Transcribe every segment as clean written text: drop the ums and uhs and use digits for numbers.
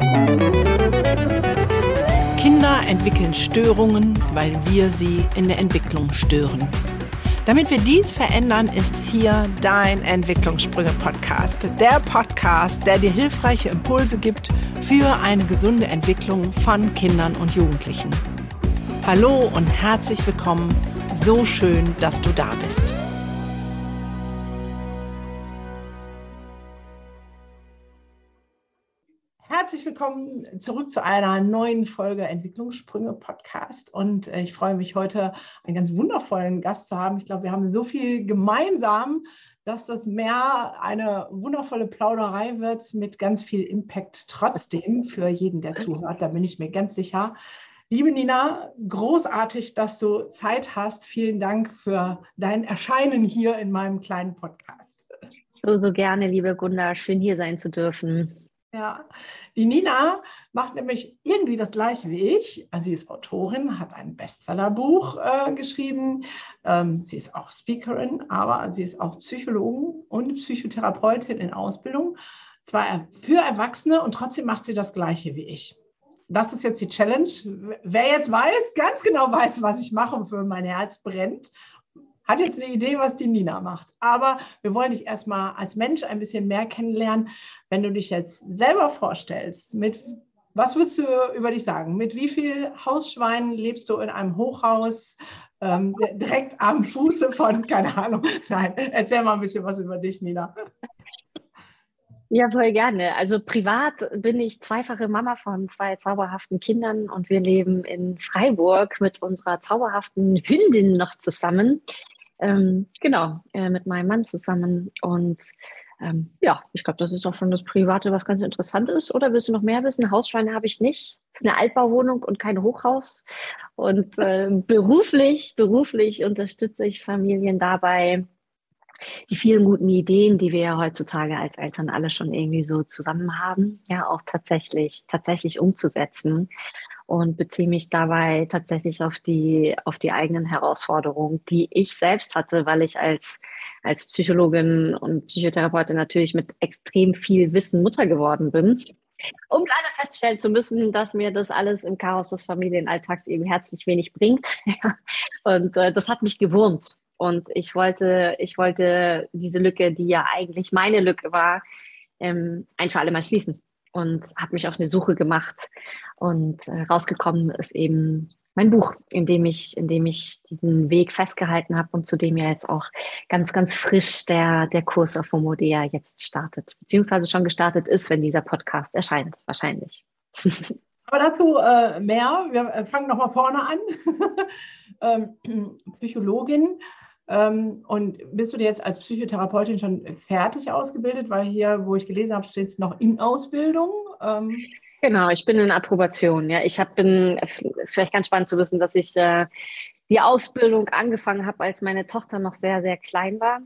Kinder entwickeln Störungen, weil wir sie in der Entwicklung stören. Damit wir dies verändern, ist hier dein Entwicklungssprünge-Podcast. Der Podcast, der dir hilfreiche Impulse gibt für eine gesunde Entwicklung von Kindern und Jugendlichen. Hallo und herzlich willkommen. So schön, dass du da bist. Herzlich willkommen zurück zu einer neuen Folge Entwicklungssprünge Podcast und ich freue mich heute, einen ganz wundervollen Gast zu haben. Ich glaube, wir haben so viel gemeinsam, dass das mehr eine wundervolle Plauderei wird mit ganz viel Impact trotzdem für jeden, der zuhört. Da bin ich mir ganz sicher. Liebe Nina, großartig, dass du Zeit hast. Vielen Dank für dein Erscheinen hier in meinem kleinen Podcast. So gerne, liebe Gunda. Schön, hier sein zu dürfen. Ja, die Nina macht nämlich irgendwie das Gleiche wie ich. Also sie ist Autorin, hat ein Bestsellerbuch geschrieben. Sie ist auch Speakerin, aber sie ist auch Psychologin und Psychotherapeutin in Ausbildung. Zwar für Erwachsene und trotzdem macht sie das Gleiche wie ich. Das ist jetzt die Challenge. Wer jetzt weiß, ganz genau weiß, was ich mache und für mein Herz brennt, hat jetzt eine Idee, was die Nina macht. Aber wir wollen dich erstmal als Mensch ein bisschen mehr kennenlernen. Wenn du dich jetzt selber vorstellst, was würdest du über dich sagen? Mit wie viel Hausschweinen lebst du in einem Hochhaus, direkt am Fuße von, keine Ahnung. Nein, erzähl mal ein bisschen was über dich, Nina. Ja, voll gerne. Also privat bin ich zweifache Mama von 2 zauberhaften Kindern und wir leben in Freiburg mit unserer zauberhaften Hündin noch zusammen. Mit meinem Mann zusammen. Und ich glaube, das ist auch schon das Private, was ganz interessant ist. Oder willst du noch mehr wissen? Hausschweine habe ich nicht. Das ist eine Altbauwohnung und kein Hochhaus. Und beruflich unterstütze ich Familien dabei, die vielen guten Ideen, die wir ja heutzutage als Eltern alle schon irgendwie so zusammen haben, ja auch tatsächlich umzusetzen. Und beziehe mich dabei tatsächlich auf die eigenen Herausforderungen, die ich selbst hatte, weil ich als Psychologin und Psychotherapeutin natürlich mit extrem viel Wissen Mutter geworden bin, um leider feststellen zu müssen, dass mir das alles im Chaos des Familienalltags eben herzlich wenig bringt. Und das hat mich gewurmt. Und ich wollte diese Lücke, die ja eigentlich meine Lücke war, ein für alle Mal schließen. Und habe mich auf eine Suche gemacht und rausgekommen ist eben mein Buch, in dem ich diesen Weg festgehalten habe und zu dem ja jetzt auch ganz, ganz frisch der Kurs auf Homodea jetzt startet, beziehungsweise schon gestartet ist, wenn dieser Podcast erscheint, wahrscheinlich. Aber dazu mehr. Wir fangen nochmal vorne an. Psychologin. Und bist du jetzt als Psychotherapeutin schon fertig ausgebildet? Weil hier, wo ich gelesen habe, steht es noch in Ausbildung. Genau, ich bin in Approbation. Ja, ist vielleicht ganz spannend zu wissen, dass ich die Ausbildung angefangen habe, als meine Tochter noch sehr, sehr klein war.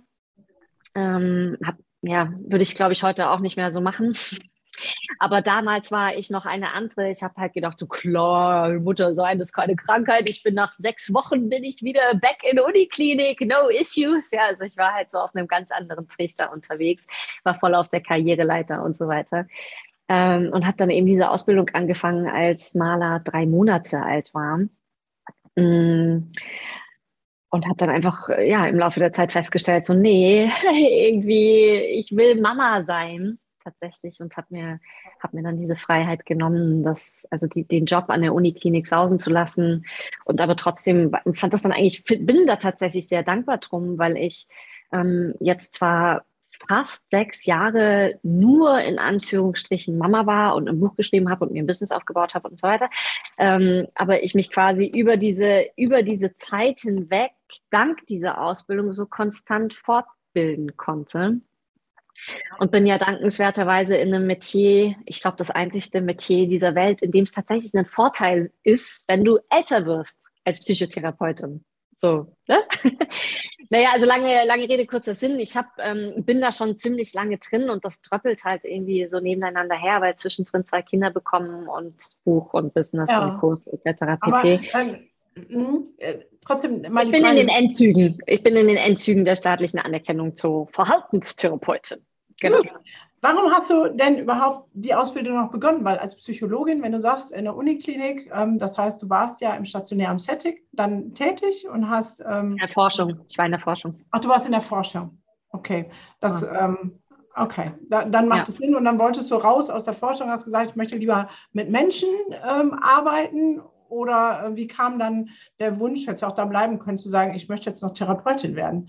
Würde ich, glaube ich, heute auch nicht mehr so machen. Aber damals war ich noch eine andere. Ich habe halt gedacht, so klar, Mutter sein ist keine Krankheit. Ich bin nach 6 Wochen bin ich wieder back in Uniklinik, no issues. Ja, also ich war halt so auf einem ganz anderen Trichter unterwegs, war voll auf der Karriereleiter und so weiter. Und habe dann eben diese Ausbildung angefangen, als Maler 3 Monate alt war. Und habe dann einfach im Laufe der Zeit festgestellt, so nee, irgendwie, ich will Mama sein. Tatsächlich und habe mir dann diese Freiheit genommen, den Job an der Uniklinik sausen zu lassen und aber trotzdem bin da tatsächlich sehr dankbar drum, weil ich jetzt zwar fast 6 Jahre nur in Anführungsstrichen Mama war und ein Buch geschrieben habe und mir ein Business aufgebaut habe und so weiter, aber ich mich quasi über diese Zeit hinweg dank dieser Ausbildung so konstant fortbilden konnte. Und bin ja dankenswerterweise in einem Metier, ich glaube, das einzigste Metier dieser Welt, in dem es tatsächlich ein Vorteil ist, wenn du älter wirst als Psychotherapeutin. So, ne? Naja, also lange Rede, kurzer Sinn. Ich bin da schon ziemlich lange drin und das tröppelt halt irgendwie so nebeneinander her, weil zwischendrin 2 Kinder bekommen und Buch und Business und Kurs etc. pp. Aber, trotzdem, ich bin in den Endzügen der staatlichen Anerkennung zur Verhaltenstherapeutin. Genau. Warum hast du denn überhaupt die Ausbildung noch begonnen? Weil als Psychologin, wenn du sagst, in der Uniklinik, das heißt, du warst ja im stationären Setting dann tätig und hast... In der Forschung. Ich war in der Forschung. Ach, du warst in der Forschung. Okay, okay. Dann macht es Sinn und dann wolltest du raus aus der Forschung, hast gesagt, ich möchte lieber mit Menschen arbeiten, oder wie kam dann der Wunsch, hättest du auch da bleiben können, zu sagen, ich möchte jetzt noch Therapeutin werden?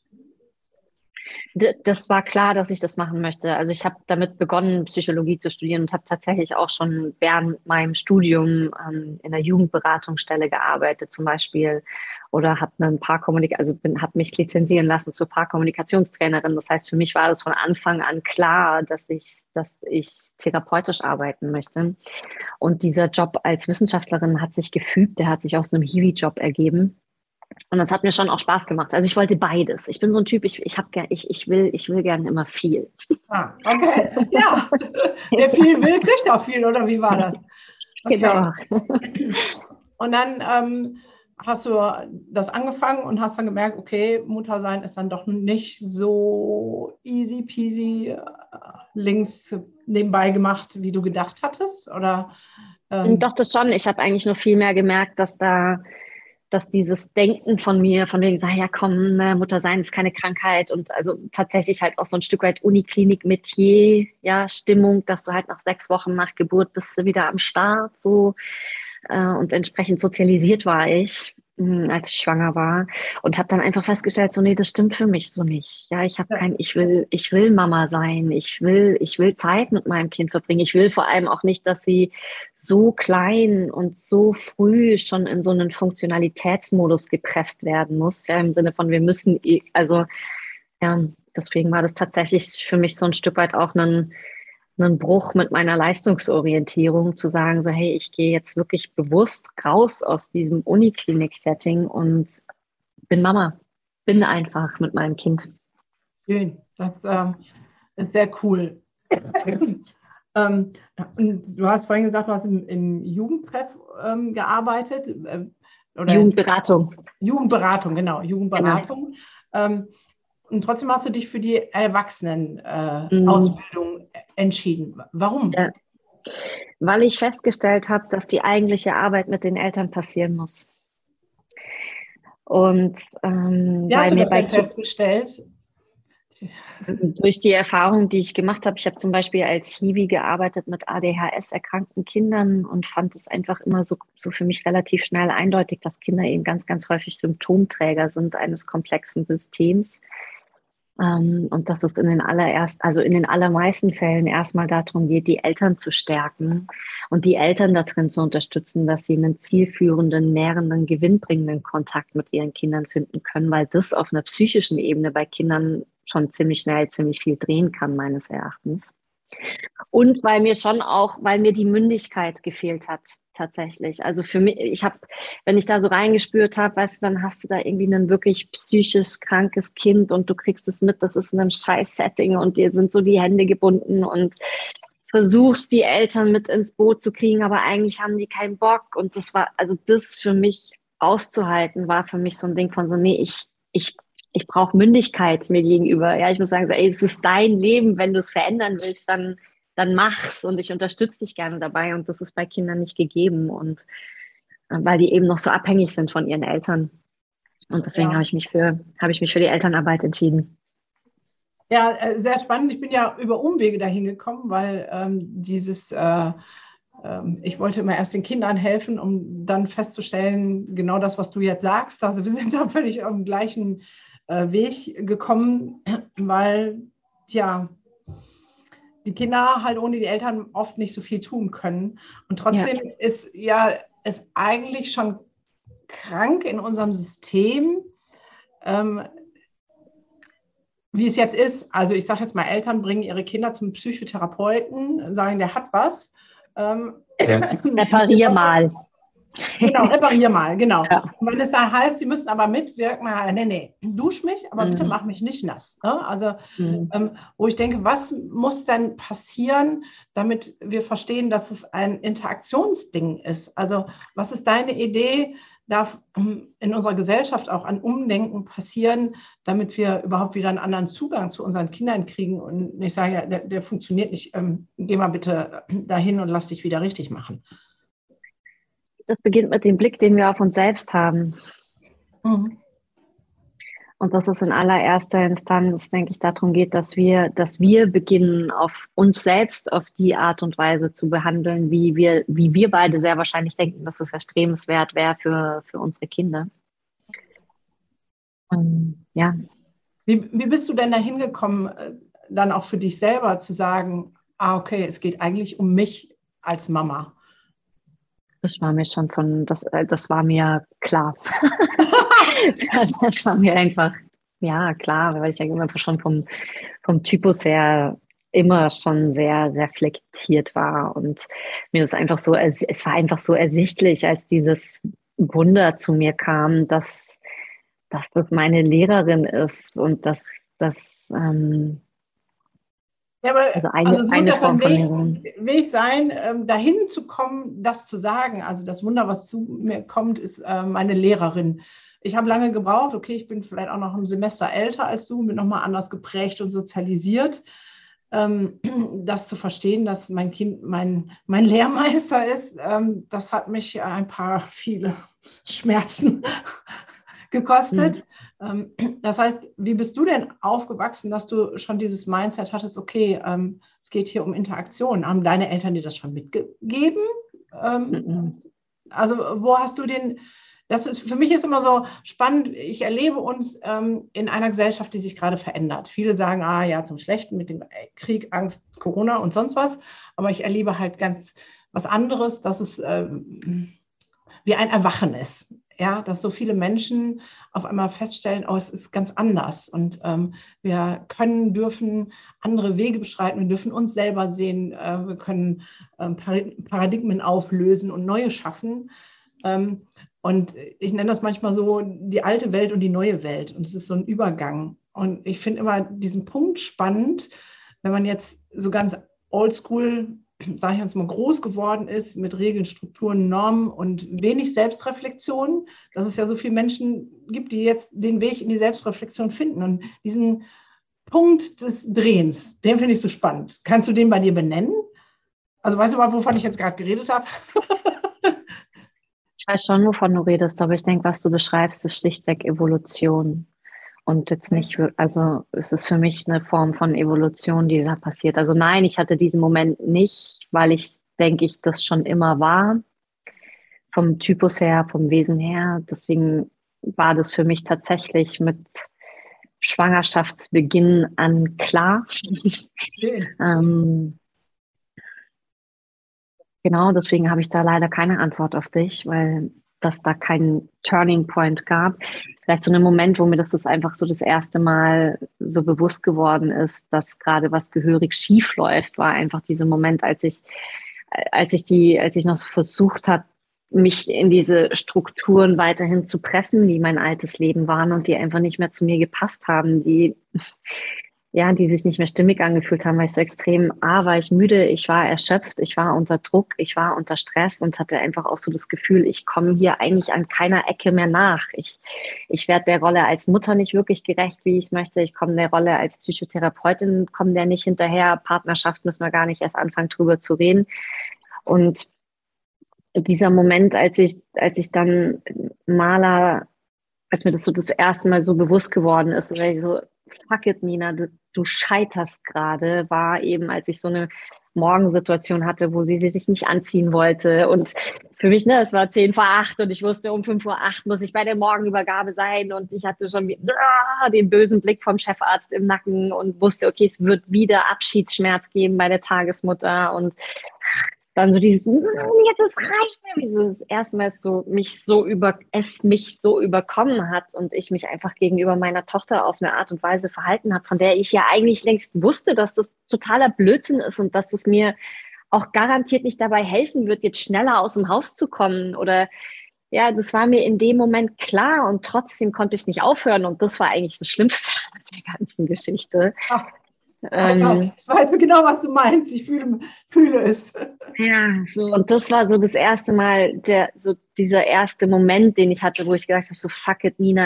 Das war klar, dass ich das machen möchte. Also ich habe damit begonnen, Psychologie zu studieren und habe tatsächlich auch schon während meinem Studium in der Jugendberatungsstelle gearbeitet zum Beispiel oder habe habe mich lizenzieren lassen zur Paarkommunikationstrainerin. Das heißt, für mich war es von Anfang an klar, dass ich therapeutisch arbeiten möchte. Und dieser Job als Wissenschaftlerin hat sich gefügt, der hat sich aus einem Hiwi-Job ergeben. Und das hat mir schon auch Spaß gemacht. Also ich wollte beides. Ich bin so ein Typ, ich will gerne immer viel. Ah, okay. Ja, der viel will, kriegt auch viel, oder wie war das? Okay. Genau. Und dann hast du das angefangen und hast dann gemerkt, okay, Mutter sein ist dann doch nicht so easy peasy links nebenbei gemacht, wie du gedacht hattest? Oder, Doch, das schon. Ich habe eigentlich nur viel mehr gemerkt, dass dieses Denken von mir, von wegen, ja komm, Mutter sein ist keine Krankheit und also tatsächlich halt auch so ein Stück weit Uniklinik-Metier, ja, Stimmung, dass du halt nach 6 Wochen nach Geburt bist du wieder am Start, so. Und entsprechend sozialisiert war ich, als ich schwanger war und habe dann einfach festgestellt, so nee, das stimmt für mich so nicht. Ja, ich will Mama sein, ich will Zeit mit meinem Kind verbringen. Ich will vor allem auch nicht, dass sie so klein und so früh schon in so einen Funktionalitätsmodus gepresst werden muss. Ja, im Sinne von wir müssen, also ja, deswegen war das tatsächlich für mich so ein Stück weit auch einen Bruch mit meiner Leistungsorientierung, zu sagen, so hey, ich gehe jetzt wirklich bewusst raus aus diesem Uniklinik-Setting und bin Mama, bin einfach mit meinem Kind. Schön, das ist sehr cool. Und du hast vorhin gesagt, du hast im Jugendtreff gearbeitet. Oder Jugendberatung. Jugendberatung, genau, Jugendberatung. Genau. Und trotzdem hast du dich für die Erwachsenen-Ausbildung entschieden. Warum? Ja. Weil ich festgestellt habe, dass die eigentliche Arbeit mit den Eltern passieren muss. Und wie hast du das denn festgestellt? Durch die Erfahrung, die ich gemacht habe. Ich habe zum Beispiel als Hiwi gearbeitet mit ADHS-erkrankten Kindern und fand es einfach immer so für mich relativ schnell eindeutig, dass Kinder eben ganz, ganz häufig Symptomträger sind eines komplexen Systems. Und dass es in den allermeisten Fällen erstmal darum geht, die Eltern zu stärken und die Eltern darin zu unterstützen, dass sie einen zielführenden, nährenden, gewinnbringenden Kontakt mit ihren Kindern finden können, weil das auf einer psychischen Ebene bei Kindern schon ziemlich schnell ziemlich viel drehen kann, meines Erachtens. Und weil mir die Mündigkeit gefehlt hat, tatsächlich. Also für mich, wenn ich da so reingespürt habe, weißt du, dann hast du da irgendwie ein wirklich psychisch krankes Kind und du kriegst es mit, das ist in einem Scheiß-Setting und dir sind so die Hände gebunden und versuchst, die Eltern mit ins Boot zu kriegen, aber eigentlich haben die keinen Bock. Und das für mich auszuhalten, war für mich so ein Ding von so, nee, ich brauche Mündigkeit mir gegenüber. Ja, ich muss sagen, so, ey, es ist dein Leben, wenn du es verändern willst, dann mach's und ich unterstütze dich gerne dabei und das ist bei Kindern nicht gegeben und weil die eben noch so abhängig sind von ihren Eltern und deswegen habe ich mich für die Elternarbeit entschieden. Ja, sehr spannend. Ich bin ja über Umwege dahin gekommen, weil ich wollte immer erst den Kindern helfen, um dann festzustellen, genau das, was du jetzt sagst. Also wir sind da völlig auf dem gleichen Weg gekommen, weil die Kinder halt ohne die Eltern oft nicht so viel tun können. Und trotzdem ist es eigentlich schon krank in unserem System, wie es jetzt ist. Also ich sage jetzt mal, Eltern bringen ihre Kinder zum Psychotherapeuten, sagen, der hat was. Reparier mal. Genau, reparier mal, genau. Ja. Und wenn es dann heißt, sie müssen aber mitwirken, nee, dusch mich, aber bitte mach mich nicht nass. Ne? Also, wo ich denke, was muss denn passieren, damit wir verstehen, dass es ein Interaktionsding ist? Also, was ist deine Idee, darf in unserer Gesellschaft auch ein Umdenken passieren, damit wir überhaupt wieder einen anderen Zugang zu unseren Kindern kriegen und nicht sagen, ja, der funktioniert nicht, geh mal bitte dahin und lass dich wieder richtig machen. Das beginnt mit dem Blick, den wir auf uns selbst haben. Mhm. Und dass es in allererster Instanz, denke ich, darum geht, dass wir beginnen, auf uns selbst auf die Art und Weise zu behandeln, wie wir beide sehr wahrscheinlich denken, dass es erstrebenswert wäre für unsere Kinder. Ja. Wie bist du denn da hingekommen, dann auch für dich selber zu sagen, okay, es geht eigentlich um mich als Mama? Das war mir schon das war mir klar. Das war mir einfach, ja, klar, weil ich ja immer schon vom Typus her immer schon sehr reflektiert war und mir das einfach so, es war einfach so ersichtlich, als dieses Wunder zu mir kam, dass das meine Lehrerin ist und dass Ja, aber also es muss eine ja Form ein von Lehrerin. Weg sein, dahin zu kommen, das zu sagen. Also das Wunder, was zu mir kommt, ist meine Lehrerin. Ich habe lange gebraucht, okay, ich bin vielleicht auch noch ein Semester älter als du, bin nochmal anders geprägt und sozialisiert, das zu verstehen, dass mein Kind mein Lehrmeister ist. Das hat mich viele Schmerzen gekostet. Das heißt, wie bist du denn aufgewachsen, dass du schon dieses Mindset hattest, okay, es geht hier um Interaktion. Haben deine Eltern dir das schon mitgegeben? Also wo hast du für mich ist immer so spannend, ich erlebe uns in einer Gesellschaft, die sich gerade verändert. Viele sagen, ja, zum Schlechten mit dem Krieg, Angst, Corona und sonst was. Aber ich erlebe halt ganz was anderes, dass es wie ein Erwachen ist. Ja, dass so viele Menschen auf einmal feststellen, es ist ganz anders und wir dürfen andere Wege beschreiten, wir dürfen uns selber sehen, wir können Paradigmen auflösen und neue schaffen. Und ich nenne das manchmal so die alte Welt und die neue Welt und es ist so ein Übergang. Und ich finde immer diesen Punkt spannend, wenn man jetzt so ganz oldschool, sage ich jetzt mal, groß geworden ist mit Regeln, Strukturen, Normen und wenig Selbstreflexion, dass es ja so viele Menschen gibt, die jetzt den Weg in die Selbstreflexion finden. Und diesen Punkt des Drehens, den finde ich so spannend. Kannst du den bei dir benennen? Also weißt du überhaupt, wovon ich jetzt gerade geredet habe? Ich weiß schon, wovon du redest, aber ich denke, was du beschreibst, ist schlichtweg Evolution. Und jetzt nicht, also es ist für mich eine Form von Evolution, die da passiert. Also nein, ich hatte diesen Moment nicht, weil ich denke, ich das schon immer war, vom Typus her, vom Wesen her. Deswegen war das für mich tatsächlich mit Schwangerschaftsbeginn an klar. Genau, deswegen habe ich da leider keine Antwort auf dich, weil dass da keinen Turning Point gab. Vielleicht so ein Moment, wo mir das einfach so das erste Mal so bewusst geworden ist, dass gerade was gehörig schief läuft, war einfach dieser Moment, als ich noch so versucht habe, mich in diese Strukturen weiterhin zu pressen, die mein altes Leben waren und die einfach nicht mehr zu mir gepasst haben, die sich nicht mehr stimmig angefühlt haben, weil ich so extrem, war ich müde, ich war erschöpft, ich war unter Druck, ich war unter Stress und hatte einfach auch so das Gefühl, ich komme hier eigentlich an keiner Ecke mehr nach. Ich werde der Rolle als Mutter nicht wirklich gerecht, wie ich es möchte. Ich komme der Rolle als Psychotherapeutin, komme der nicht hinterher. Partnerschaft müssen wir gar nicht erst anfangen, drüber zu reden. Und dieser Moment, als ich dann als mir das so das erste Mal so bewusst geworden ist, weil ich so, fuck it, Nina, du scheiterst gerade, war eben, als ich so eine Morgensituation hatte, wo sie sich nicht anziehen wollte. Und für mich, es war 7:50 und ich wusste, um 5:08 muss ich bei der Morgenübergabe sein. Und ich hatte schon den bösen Blick vom Chefarzt im Nacken und wusste, okay, es wird wieder Abschiedsschmerz geben bei der Tagesmutter. Und dann so dieses, jetzt das reicht mir, wie so das erste Mal es mich so überkommen hat und ich mich einfach gegenüber meiner Tochter auf eine Art und Weise verhalten habe, von der ich ja eigentlich längst wusste, dass das totaler Blödsinn ist und dass es mir auch garantiert nicht dabei helfen wird, jetzt schneller aus dem Haus zu kommen oder ja, das war mir in dem Moment klar und trotzdem konnte ich nicht aufhören und das war eigentlich das Schlimmste der ganzen Geschichte. Ich weiß genau, was du meinst. Ich fühle es. Ja, so, und das war so das erste Mal, so dieser erste Moment, den ich hatte, wo ich gesagt habe, so fuck it, Nina,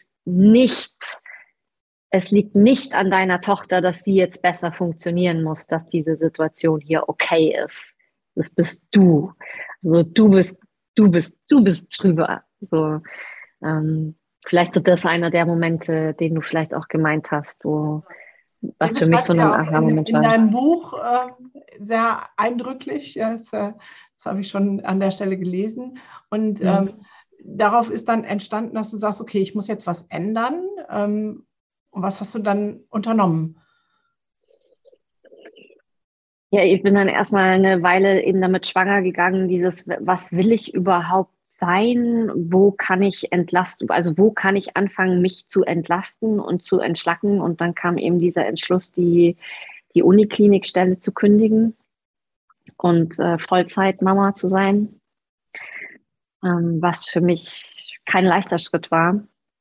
es liegt nicht an deiner Tochter, dass sie jetzt besser funktionieren muss, dass diese Situation hier okay ist. Das bist du. So, du bist drüber. So, vielleicht so das einer der Momente, den du vielleicht auch gemeint hast, Den was für mich so beschreibst du ein ja auch Aha-Moment in war. deinem Buch sehr eindrücklich. Das habe ich schon an der Stelle gelesen. Und darauf ist dann entstanden, dass du sagst, okay, ich muss jetzt was ändern. Und was hast du dann unternommen? Ja, ich bin dann erstmal eine Weile eben damit schwanger gegangen, was will ich überhaupt sein? Wo kann ich also wo kann ich anfangen, mich zu entlasten und zu entschlacken? Und dann kam eben dieser Entschluss, die Uniklinikstelle zu kündigen und Vollzeit-Mama zu sein, was für mich kein leichter Schritt war.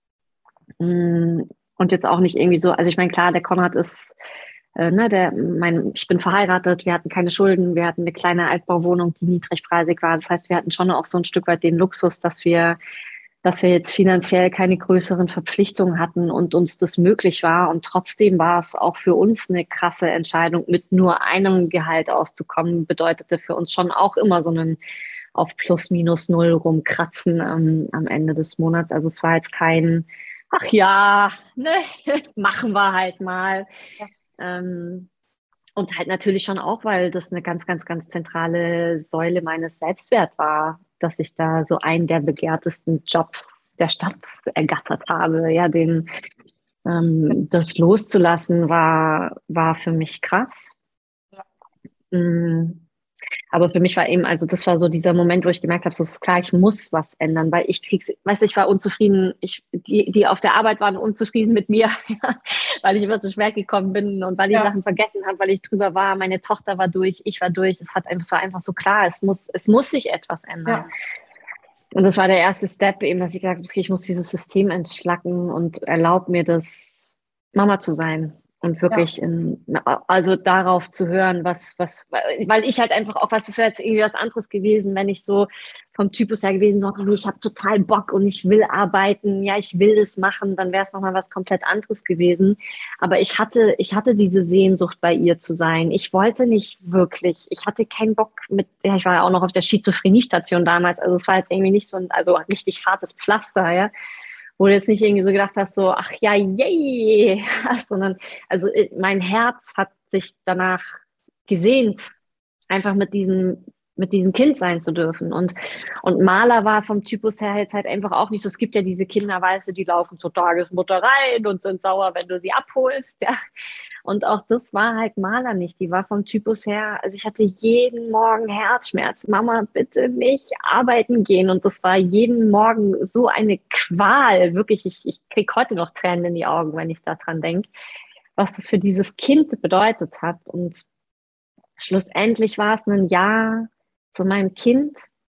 Und jetzt auch nicht irgendwie so, also ich meine, klar, der Konrad ist ich bin verheiratet, wir hatten keine Schulden, wir hatten eine kleine Altbauwohnung, die niedrigpreisig war. Das heißt, wir hatten schon auch so ein Stück weit den Luxus, dass wir jetzt finanziell keine größeren Verpflichtungen hatten und uns das möglich war. Und trotzdem war es auch für uns eine krasse Entscheidung, mit nur einem Gehalt auszukommen, bedeutete für uns schon auch immer so einen auf plus minus null rumkratzen am Ende des Monats. Also es war jetzt kein, ach ja, ne, machen wir halt mal. Und halt natürlich schon auch, weil das eine ganz, ganz, ganz zentrale Säule meines Selbstwerts war, dass ich da so einen der begehrtesten Jobs der Stadt ergattert habe. Ja, das loszulassen war für mich krass. Mm. Aber für mich war eben, also das war so dieser Moment, wo ich gemerkt habe, so ist klar, ich muss was ändern, weil ich war unzufrieden, die auf der Arbeit waren unzufrieden mit mir, ja, weil ich immer zu spät gekommen bin und weil ich Ja, Sachen vergessen habe, weil ich drüber war, meine Tochter war durch, ich war durch, es war einfach so klar, es muss sich etwas ändern. ja, Und das war der erste Step eben, dass ich gesagt habe, okay, ich muss dieses System entschlacken und erlaub mir das, Mama zu sein und ja. wirklich also darauf zu hören, weil ich halt einfach auch, das wäre jetzt irgendwie was anderes gewesen, wenn ich so vom Typus her gewesen so, ich habe total Bock und ich will arbeiten, ja, ich will das machen, dann wäre es nochmal was komplett anderes gewesen. Aber ich hatte diese Sehnsucht, bei ihr zu sein. Ich wollte nicht wirklich, ich hatte keinen Bock ja, ich war ja auch noch auf der Schizophreniestation damals, also es war jetzt irgendwie nicht so also richtig hartes Pflaster, ja, wo du jetzt nicht irgendwie so gedacht hast, so, ach ja, yay, sondern, also mein Herz hat sich danach gesehnt, einfach mit diesem Kind sein zu dürfen. Und Maler war vom Typus her jetzt halt einfach auch nicht so. Es gibt ja diese Kinder, weißt du, die laufen zur Tagesmutter rein und sind sauer, wenn du sie abholst, ja. Und auch das war halt Maler nicht. Die war vom Typus her, also ich hatte jeden Morgen Herzschmerz. Mama, bitte nicht arbeiten gehen. Und das war jeden Morgen so eine Qual. Wirklich, ich kriege heute noch Tränen in die Augen, wenn ich daran denke, was das für dieses Kind bedeutet hat. Und schlussendlich war es ein Ja zu meinem Kind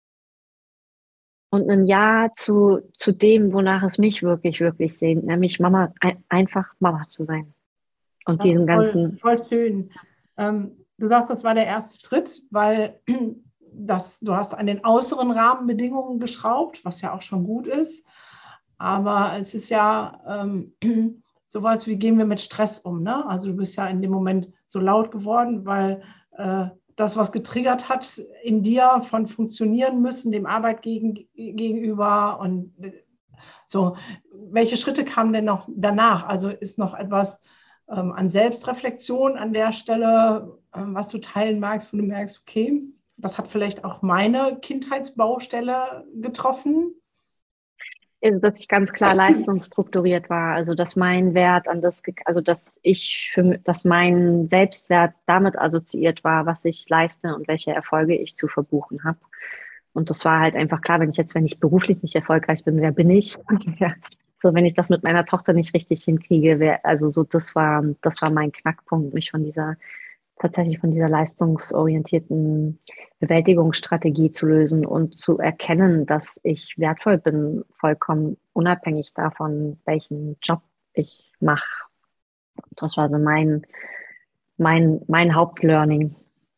und ein Ja zu dem, wonach es mich wirklich, wirklich sehnt, nämlich einfach Mama zu sein. Und Das diesen ist ganzen, voll schön. Du sagst, das war der erste Schritt, weil du hast an den äußeren Rahmenbedingungen geschraubt, was ja auch schon gut ist. Aber es ist ja sowas, wie gehen wir mit Stress um? Ne? Also du bist ja in dem Moment so laut geworden, weil das, was getriggert hat in dir von funktionieren müssen, dem Arbeit gegenüber und so. Welche Schritte kamen denn noch danach? Also ist noch etwas an Selbstreflexion an der Stelle, was du teilen magst, wo du merkst, okay, das hat vielleicht auch meine Kindheitsbaustelle getroffen? also dass ich ganz klar leistungsstrukturiert war, also dass mein Wert also dass mein Selbstwert damit assoziiert war, was ich leiste und welche Erfolge ich zu verbuchen habe. Und das war halt einfach klar, wenn ich beruflich nicht erfolgreich bin, wer bin ich? Ja. So, wenn ich das mit meiner Tochter nicht richtig hinkriege, also so, das war mein Knackpunkt, mich tatsächlich von dieser leistungsorientierten Bewältigungsstrategie zu lösen und zu erkennen, dass ich wertvoll bin, vollkommen unabhängig davon, welchen Job ich mache. Das war so mein Hauptlearning.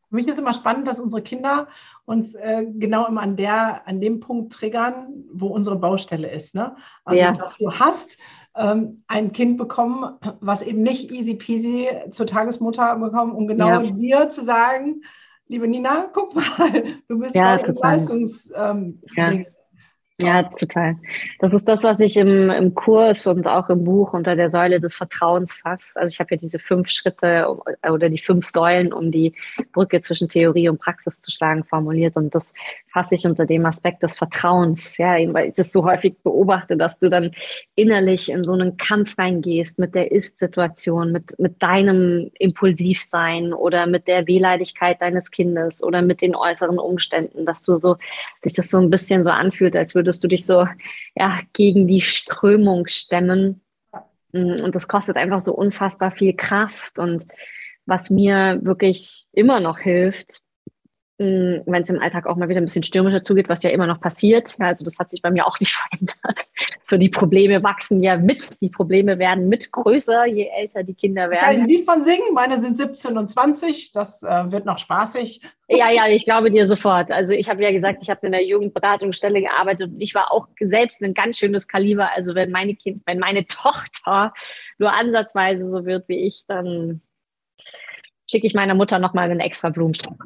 Für mich ist immer spannend, dass unsere Kinder uns genau immer an dem Punkt triggern, wo unsere Baustelle ist. Ne? Also ich Ja, glaube, du hast ein Kind bekommen, was eben nicht easy peasy zur Tagesmutter bekommen, um genau ja, dir zu sagen, liebe Nina, guck mal, du bist ja, voll im total. Ja. Leistungsding. Ja, So. total. Das ist das, was ich im Kurs und auch im Buch unter der Säule des Vertrauens fasse. Also ich habe ja diese 5 Schritte oder die 5 Säulen, um die Brücke zwischen Theorie und Praxis zu schlagen, formuliert. Und das fasse ich unter dem Aspekt des Vertrauens. Ja, eben, weil ich das so häufig beobachte, dass du dann innerlich in so einen Kampf reingehst mit der Ist-Situation, mit deinem Impulsivsein oder mit der Wehleidigkeit deines Kindes oder mit den äußeren Umständen, dass du so sich das so ein bisschen so anfühlt, als würdest du dich so ja, gegen die Strömung stemmen. Und das kostet einfach so unfassbar viel Kraft. Und was mir wirklich immer noch hilft, wenn es im Alltag auch mal wieder ein bisschen stürmischer zugeht, was ja immer noch passiert. Ja, also das hat sich bei mir auch nicht verändert. So die Probleme wachsen ja mit, die Probleme werden mit größer, je älter die Kinder Ich kann werden. ein Lied von singen, meine sind 17 und 20, das wird noch spaßig. Ja, ja, ich glaube dir sofort. Also ich habe ja gesagt, ich habe in der Jugendberatungsstelle gearbeitet und ich war auch selbst ein ganz schönes Kaliber. Also wenn meine Tochter nur ansatzweise so wird wie ich, dann schicke ich meiner Mutter nochmal einen extra Blumenstrauß.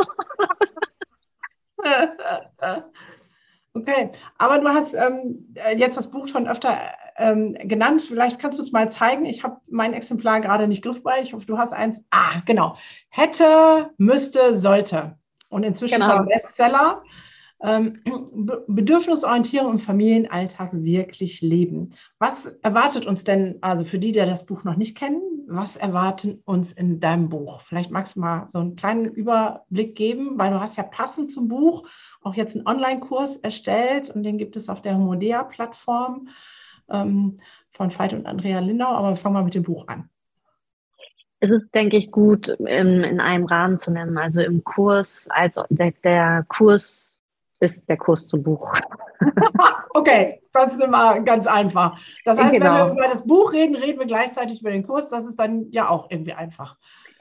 Okay, aber du hast jetzt das Buch schon öfter genannt. Vielleicht kannst du es mal zeigen. Ich habe mein Exemplar gerade nicht griffbereit. Ich hoffe, du hast eins. Ah, genau. Hätte, müsste, sollte. Und inzwischen schon Genau. Bestseller. Bedürfnisorientierung im Familienalltag wirklich leben. Was erwartet uns denn, also für die, die das Buch noch nicht kennen, was erwarten uns in deinem Buch? Vielleicht magst du mal so einen kleinen Überblick geben, weil du hast ja passend zum Buch auch jetzt einen Online-Kurs erstellt und den gibt es auf der Homodea-Plattform von Veit und Andrea Lindau, aber wir fangen mal mit dem Buch an. Es ist, denke ich, gut in einem Rahmen zu nennen. Also im Kurs, also der Kurs ist der Kurs zum Buch. Okay, das ist immer ganz einfach. Das heißt, wenn wir Genau. über das Buch reden, reden wir gleichzeitig über den Kurs. Das ist dann ja auch irgendwie einfach.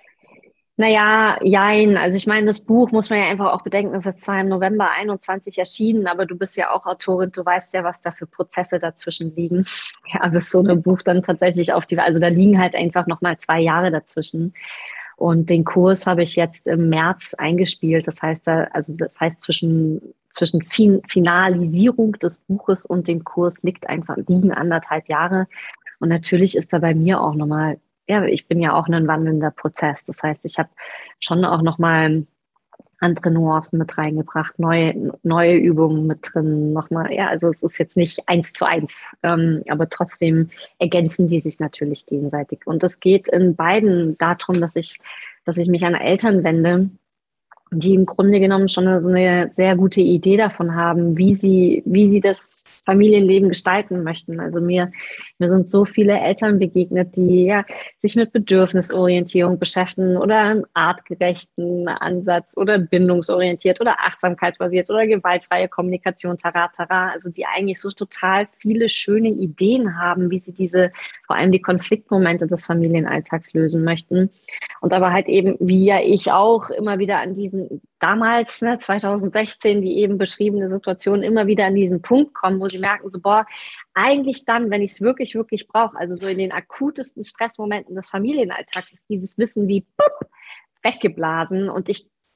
Naja, jein. Also ich meine, das Buch muss man ja einfach auch bedenken, das ist zwar im November 21 erschienen, aber du bist ja auch Autorin, du weißt ja, was da für Prozesse dazwischen liegen. Ja, bis so ein Buch dann tatsächlich also da liegen halt einfach nochmal 2 Jahre dazwischen. Und den Kurs habe ich jetzt im März eingespielt. Das heißt zwischen Finalisierung des Buches und dem Kurs liegen 1,5 Jahre. Und natürlich ist da bei mir auch nochmal, ja, ich bin ja auch ein wandelnder Prozess. Das heißt, ich habe schon auch nochmal andere Nuancen mit reingebracht, neue Übungen mit drin, nochmal, ja, also es ist jetzt nicht 1:1, aber trotzdem ergänzen die sich natürlich gegenseitig. Und es geht in beiden darum, dass ich mich an Eltern wende, die im Grunde genommen schon so eine sehr gute Idee davon haben, wie sie das Familienleben gestalten möchten. Also mir sind so viele Eltern begegnet, die ja sich mit Bedürfnisorientierung beschäftigen oder einem artgerechten Ansatz oder bindungsorientiert oder achtsamkeitsbasiert oder gewaltfreie Kommunikation, tara, tara. Also die eigentlich so total viele schöne Ideen haben, wie sie vor allem die Konfliktmomente des Familienalltags lösen möchten. Und aber halt eben, wie ja ich auch, immer wieder an diesen, damals, 2016, die eben beschriebene Situation, immer wieder an diesen Punkt kommen, wo sie merken, so, boah, eigentlich dann, wenn ich es wirklich, wirklich brauche, also so in den akutesten Stressmomenten des Familienalltags, ist dieses Wissen wie pup, weggeblasen und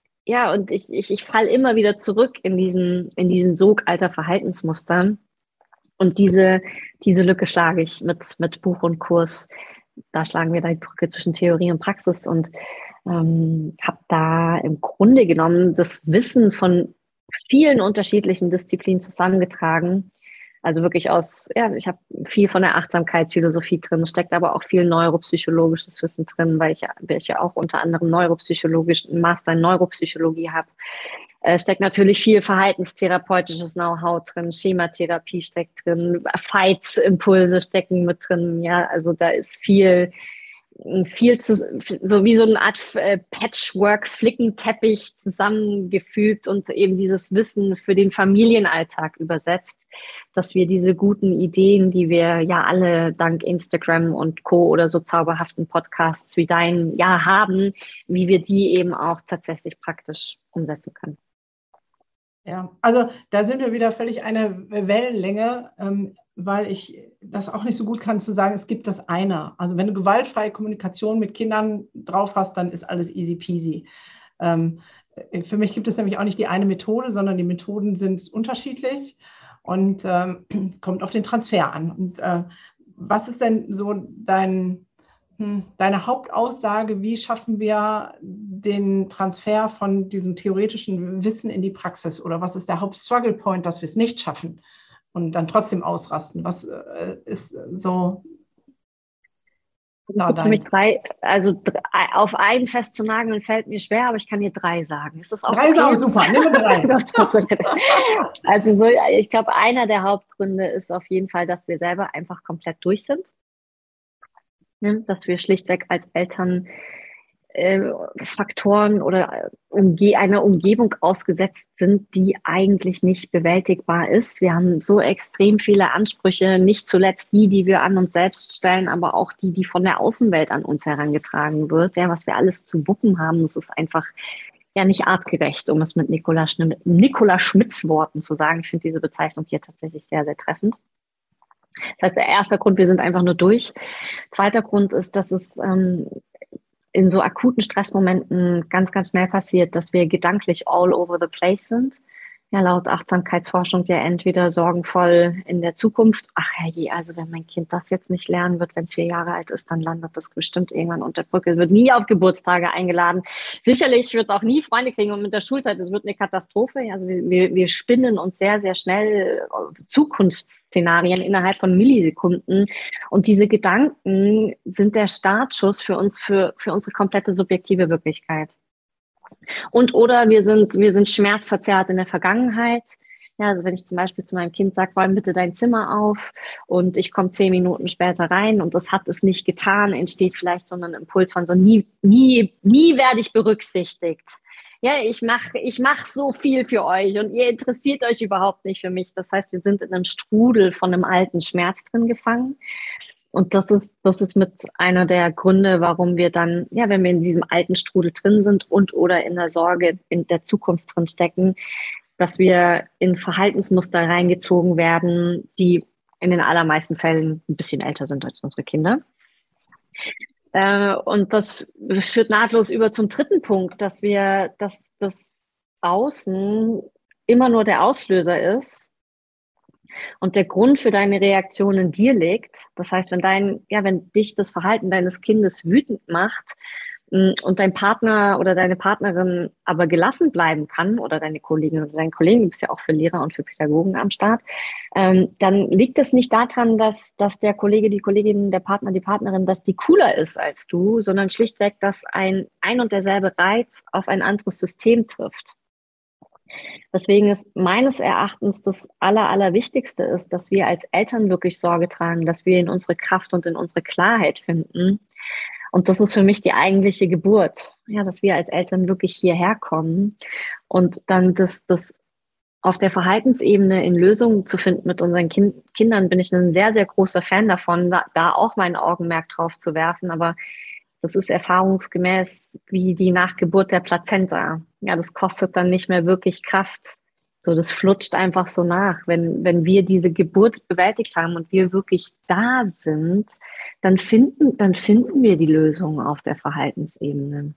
ich falle immer wieder zurück in diesen Sog alter Verhaltensmuster. Und diese Lücke schlage ich mit Buch und Kurs. Da schlagen wir die Brücke zwischen Theorie und Praxis und habe da im Grunde genommen das Wissen von vielen unterschiedlichen Disziplinen zusammengetragen. Also wirklich ich habe viel von der Achtsamkeitsphilosophie drin, es steckt aber auch viel neuropsychologisches Wissen drin, weil ich ja auch unter anderem einen Master in Neuropsychologie habe. Es steckt natürlich viel verhaltenstherapeutisches Know-how drin, Schematherapie steckt drin, Fights-Impulse stecken mit drin, ja, also da ist viel viel so wie so eine Art Patchwork-Flickenteppich zusammengefügt und eben dieses Wissen für den Familienalltag übersetzt, dass wir diese guten Ideen, die wir ja alle dank Instagram und Co. oder so zauberhaften Podcasts wie deinen ja haben, wie wir die eben auch tatsächlich praktisch umsetzen können. Ja, also da sind wir wieder völlig eine Wellenlänge, weil ich das auch nicht so gut kann zu sagen, es gibt das eine. Also wenn du gewaltfreie Kommunikation mit Kindern drauf hast, dann ist alles easy peasy. Für mich gibt es nämlich auch nicht die eine Methode, sondern die Methoden sind unterschiedlich und kommt auf den Transfer an. Und was ist denn so deine Hauptaussage, wie schaffen wir den Transfer von diesem theoretischen Wissen in die Praxis? Oder was ist der Hauptstruggle-Point, dass wir es nicht schaffen und dann trotzdem ausrasten? Was ist so Es gibt für mich auf einen festzunageln fällt mir schwer, aber ich kann dir 3 sagen. Ist das auch okay? 3 ist auch super, nimm 3. Also ich glaube, einer der Hauptgründe ist auf jeden Fall, dass wir selber einfach komplett durch sind. Dass wir schlichtweg als Eltern Faktoren oder einer Umgebung ausgesetzt sind, die eigentlich nicht bewältigbar ist. Wir haben so extrem viele Ansprüche, nicht zuletzt die wir an uns selbst stellen, aber auch die von der Außenwelt an uns herangetragen wird. Ja, was wir alles zu wuppen haben, das ist einfach ja nicht artgerecht, um es mit Nicola Schmitz Worten zu sagen. Ich finde diese Bezeichnung hier tatsächlich sehr, sehr treffend. Das heißt, der erste Grund, wir sind einfach nur durch. Zweiter Grund ist, dass es in so akuten Stressmomenten ganz, ganz schnell passiert, dass wir gedanklich all over the place sind. Ja, laut Achtsamkeitsforschung ja entweder sorgenvoll in der Zukunft. Ach herrje, also wenn mein Kind das jetzt nicht lernen wird, wenn es 4 Jahre alt ist, dann landet das bestimmt irgendwann unter Brücke. Es wird nie auf Geburtstage eingeladen. Sicherlich wird es auch nie Freunde kriegen und mit der Schulzeit, es wird eine Katastrophe. Also wir spinnen uns sehr, sehr schnell Zukunftsszenarien innerhalb von Millisekunden. Und diese Gedanken sind der Startschuss für uns, für unsere komplette subjektive Wirklichkeit. Und oder wir sind schmerzverzerrt in der Vergangenheit. Ja, also wenn ich zum Beispiel zu meinem Kind sage, räum bitte dein Zimmer auf und ich komme 10 Minuten später rein und das hat es nicht getan, entsteht vielleicht so ein Impuls von so nie werde ich berücksichtigt. Ja, ich mach so viel für euch und ihr interessiert euch überhaupt nicht für mich. Das heißt, wir sind in einem Strudel von einem alten Schmerz drin gefangen. Und das ist mit einer der Gründe, warum wir dann, ja, wenn wir in diesem alten Strudel drin sind und oder in der Sorge in der Zukunft drin stecken, dass wir in Verhaltensmuster reingezogen werden, die in den allermeisten Fällen ein bisschen älter sind als unsere Kinder. Und das führt nahtlos über zum 3. Punkt, dass das Außen immer nur der Auslöser ist und der Grund für deine Reaktion in dir liegt. Das heißt, wenn dich das Verhalten deines Kindes wütend macht und dein Partner oder deine Partnerin aber gelassen bleiben kann oder deine Kollegin oder dein Kollege, du bist ja auch für Lehrer und für Pädagogen am Start, dann liegt es nicht daran, dass der Kollege, die Kollegin, der Partner, die Partnerin, dass die cooler ist als du, sondern schlichtweg, dass ein und derselbe Reiz auf ein anderes System trifft. Deswegen ist meines Erachtens das Allerwichtigste ist, dass wir als Eltern wirklich Sorge tragen, dass wir in unsere Kraft und in unsere Klarheit finden. Und das ist für mich die eigentliche Geburt, ja, dass wir als Eltern wirklich hierher kommen und dann das auf der Verhaltensebene in Lösungen zu finden mit unseren Kindern, bin ich ein sehr, sehr großer Fan davon, da auch mein Augenmerk drauf zu werfen. Aber das ist erfahrungsgemäß wie die Nachgeburt der Plazenta. Ja, das kostet dann nicht mehr wirklich Kraft. So, das flutscht einfach so nach. Wenn wir diese Geburt bewältigt haben und wir wirklich da sind, dann finden wir die Lösung auf der Verhaltensebene.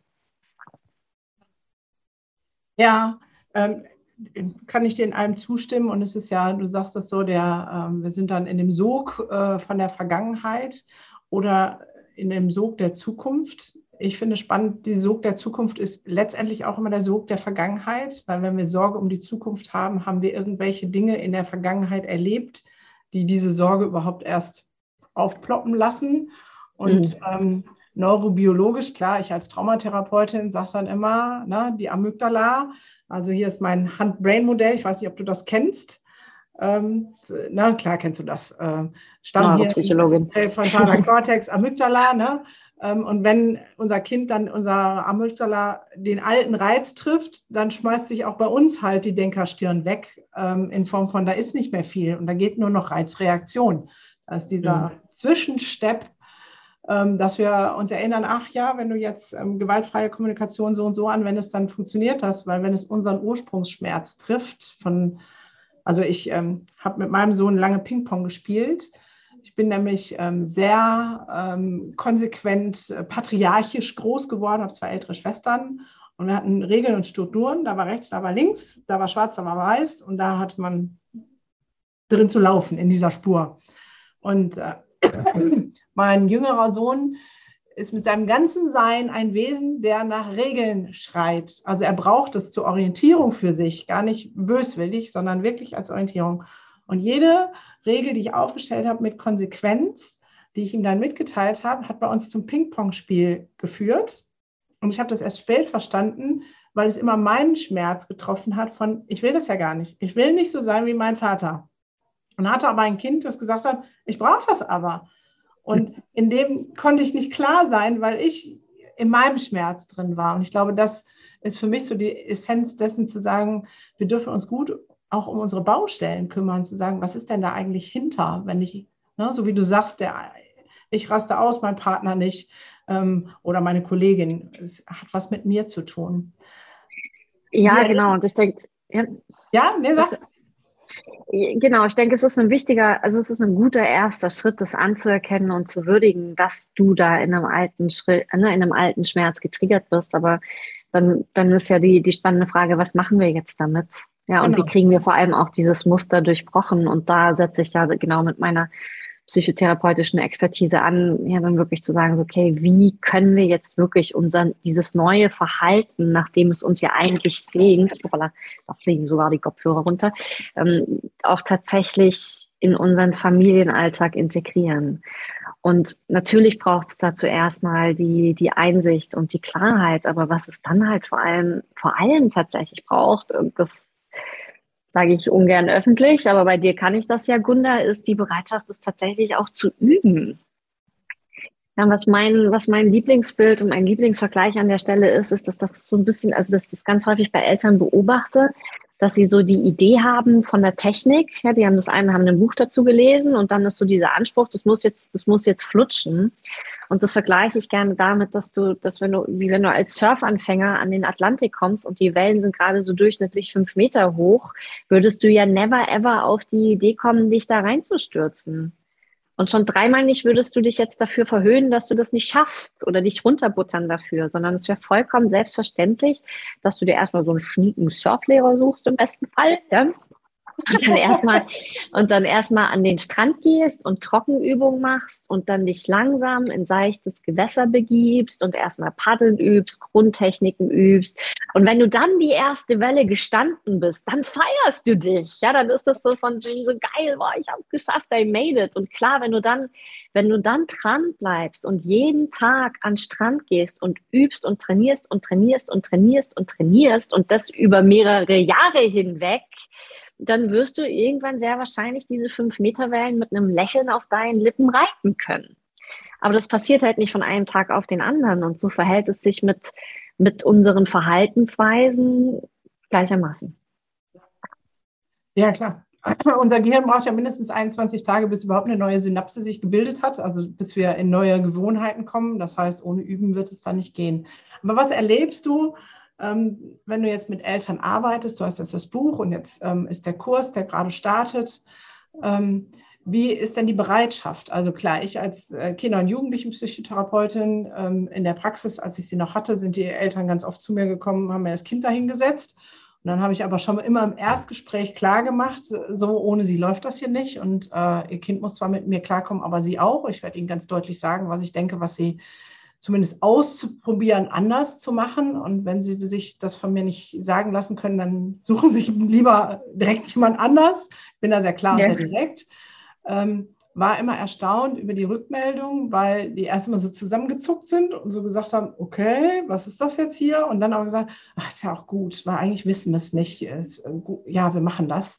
Ja, kann ich dir in allem zustimmen. Und es ist ja, du sagst das so, wir sind dann in dem Sog von der Vergangenheit oder in dem Sog der Zukunft. Ich finde spannend, der Sog der Zukunft ist letztendlich auch immer der Sog der Vergangenheit, weil wenn wir Sorge um die Zukunft haben, haben wir irgendwelche Dinge in der Vergangenheit erlebt, die diese Sorge überhaupt erst aufploppen lassen. Und neurobiologisch, klar, ich als Traumatherapeutin sage dann immer, ne, die Amygdala, also hier ist mein Hand-Brain-Modell, ich weiß nicht, ob du das kennst. Na klar, kennst du das. Stammhirn, Neuropsychologin. präfrontaler Cortex, Amygdala. Ne? Und wenn unser Kind dann, unser Amygdala, den alten Reiz trifft, dann schmeißt sich auch bei uns halt die Denkerstirn weg, in Form von, da ist nicht mehr viel und da geht nur noch Reizreaktion. Da ist dieser Zwischenstep, dass wir uns erinnern, ach ja, wenn du jetzt gewaltfreie Kommunikation so und so anwendest, dann funktioniert das, weil wenn es unseren Ursprungsschmerz trifft, also ich habe mit meinem Sohn lange Ping-Pong gespielt. Ich bin nämlich sehr konsequent patriarchisch groß geworden, habe 2 ältere Schwestern und wir hatten Regeln und Strukturen, da war rechts, da war links, da war schwarz, da war weiß und da hat man drin zu laufen in dieser Spur. Und mein jüngerer Sohn ist mit seinem ganzen Sein ein Wesen, der nach Regeln schreit. Also er braucht es zur Orientierung für sich, gar nicht böswillig, sondern wirklich als Orientierung. Und jede Regel, die ich aufgestellt habe mit Konsequenz, die ich ihm dann mitgeteilt habe, hat bei uns zum Ping-Pong-Spiel geführt. Und ich habe das erst spät verstanden, weil es immer meinen Schmerz getroffen hat von, ich will das ja gar nicht. Ich will nicht so sein wie mein Vater. Und hatte aber ein Kind, das gesagt hat, ich brauche das aber. Und in dem konnte ich nicht klar sein, weil ich in meinem Schmerz drin war. Und ich glaube, das ist für mich so die Essenz dessen zu sagen, wir dürfen uns gut auch um unsere Baustellen kümmern, zu sagen, was ist denn da eigentlich hinter, wenn ich, ne, so wie du sagst, ich raste aus, mein Partner nicht oder meine Kollegin, es hat was mit mir zu tun. Ja, genau. Und ich denke, ja, nee, sag. Genau, ich denke, es ist es ist ein guter erster Schritt, das anzuerkennen und zu würdigen, dass du da in einem alten in einem alten Schmerz getriggert wirst. Aber dann ist ja die spannende Frage, was machen wir jetzt damit? Ja, und Genau. wie kriegen wir vor allem auch dieses Muster durchbrochen? Und da setze ich ja genau mit meiner psychotherapeutischen Expertise an, ja, dann wirklich zu sagen, so, okay, wie können wir jetzt wirklich dieses neue Verhalten, nachdem es uns ja eigentlich sehnt, da fliegen sogar die Kopfhörer runter, auch tatsächlich in unseren Familienalltag integrieren. Und natürlich braucht es da zuerst mal die Einsicht und die Klarheit, aber was es dann halt vor allem tatsächlich braucht, und das sage ich ungern öffentlich, aber bei dir kann ich das ja, Gunda, ist die Bereitschaft, es tatsächlich auch zu üben. Ja, was mein Lieblingsbild und mein Lieblingsvergleich an der Stelle ist, dass das so ein bisschen, also dass ich das ganz häufig bei Eltern beobachte, dass sie so die Idee haben von der Technik. Ja, die haben haben ein Buch dazu gelesen und dann ist so dieser Anspruch, das muss jetzt flutschen. Und das vergleiche ich gerne damit, wenn du als Surfanfänger an den Atlantik kommst und die Wellen sind gerade so durchschnittlich 5 Meter hoch, würdest du ja never ever auf die Idee kommen, dich da reinzustürzen. Und schon 3-mal nicht würdest du dich jetzt dafür verhöhnen, dass du das nicht schaffst oder dich runterbuttern dafür, sondern es wäre vollkommen selbstverständlich, dass du dir erstmal so einen schnieken Surflehrer suchst im besten Fall, ja? Und dann erstmal an den Strand gehst und Trockenübungen machst und dann dich langsam in seichtes Gewässer begibst und erstmal paddeln übst, Grundtechniken übst. Und wenn du dann die erste Welle gestanden bist, dann feierst du dich. Ja, dann ist das so von wegen so geil, boah, ich habe es geschafft, I made it. Und klar, wenn du dann dran bleibst und jeden Tag an den Strand gehst und übst und trainierst und trainierst und trainierst und trainierst und das über mehrere Jahre hinweg, dann wirst du irgendwann sehr wahrscheinlich diese 5-Meter-Wellen mit einem Lächeln auf deinen Lippen reiten können. Aber das passiert halt nicht von einem Tag auf den anderen. Und so verhält es sich mit unseren Verhaltensweisen gleichermaßen. Ja, klar. Unser Gehirn braucht ja mindestens 21 Tage, bis überhaupt eine neue Synapse sich gebildet hat, also bis wir in neue Gewohnheiten kommen. Das heißt, ohne Üben wird es da nicht gehen. Aber was erlebst du, wenn du jetzt mit Eltern arbeitest? Du hast jetzt das Buch und jetzt ist der Kurs, der gerade startet. Wie ist denn die Bereitschaft? Also klar, ich als Kinder- und Jugendlichenpsychotherapeutin in der Praxis, als ich sie noch hatte, sind die Eltern ganz oft zu mir gekommen, haben mir das Kind dahingesetzt. Und dann habe ich aber schon immer im Erstgespräch klar gemacht, so ohne sie läuft das hier nicht. Und ihr Kind muss zwar mit mir klarkommen, aber sie auch. Ich werde ihnen ganz deutlich sagen, was ich denke, was sie zumindest auszuprobieren, anders zu machen. Und wenn sie sich das von mir nicht sagen lassen können, dann suchen sie sich lieber direkt jemand anders. Ich bin da sehr klar und sehr direkt. War immer erstaunt über die Rückmeldung, weil die erst mal so zusammengezuckt sind und so gesagt haben, okay, was ist das jetzt hier? Und dann auch gesagt, ach, ist ja auch gut, weil eigentlich wissen wir es nicht. Ja, wir machen das.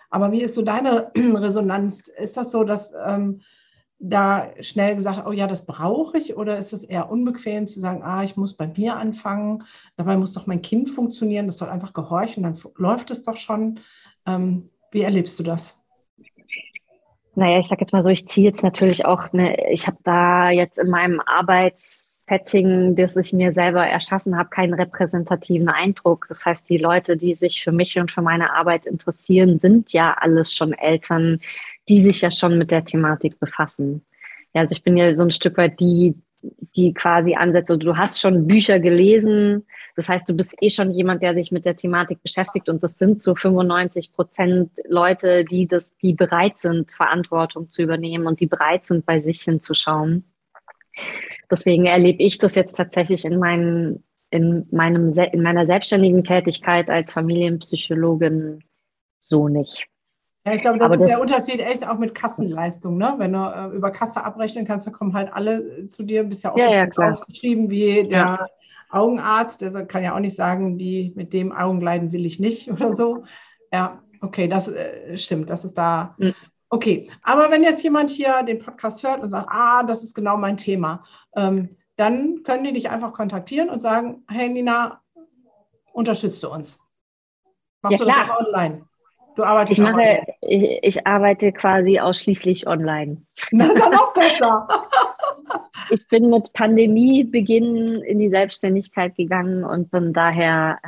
Aber wie ist so deine Resonanz? Ist das so, dass da schnell gesagt, oh ja, das brauche ich? Oder ist es eher unbequem zu sagen, ich muss bei mir anfangen, dabei muss doch mein Kind funktionieren, das soll einfach gehorchen, dann läuft es doch schon. Wie erlebst du das? Naja, ich sage jetzt mal so, ich ziehe jetzt natürlich auch, ich habe da jetzt in meinem Arbeitssetting, das ich mir selber erschaffen habe, keinen repräsentativen Eindruck. Das heißt, die Leute, die sich für mich und für meine Arbeit interessieren, sind ja alles schon Eltern, die sich ja schon mit der Thematik befassen. Ja, also ich bin ja so ein Stück weit die quasi ansetzt, oder du hast schon Bücher gelesen. Das heißt, du bist eh schon jemand, der sich mit der Thematik beschäftigt, und das sind so 95% Leute, die bereit sind, Verantwortung zu übernehmen und die bereit sind, bei sich hinzuschauen. Deswegen erlebe ich das jetzt tatsächlich in meiner selbstständigen Tätigkeit als Familienpsychologin so nicht. Ja, ich glaube, das Aber ist der das, Unterschied echt auch mit Kassenleistung, ne? Wenn du über Kasse abrechnen kannst, dann kommen halt alle zu dir, bist ja ja, ja, offiziell klar. ausgeschrieben wie Ja. der Augenarzt, der kann ja auch nicht sagen, mit dem Augenleiden will ich nicht oder so. Ja, okay, das stimmt, das ist da. Okay, aber wenn jetzt jemand hier den Podcast hört und sagt, das ist genau mein Thema, dann können die dich einfach kontaktieren und sagen, hey Nina, unterstützt du uns? Ja, Machst du das auch klar. online? Du arbeitest auch online. Ich arbeite quasi ausschließlich online. Na, dann noch besser. Ich bin mit Pandemiebeginn in die Selbstständigkeit gegangen und bin daher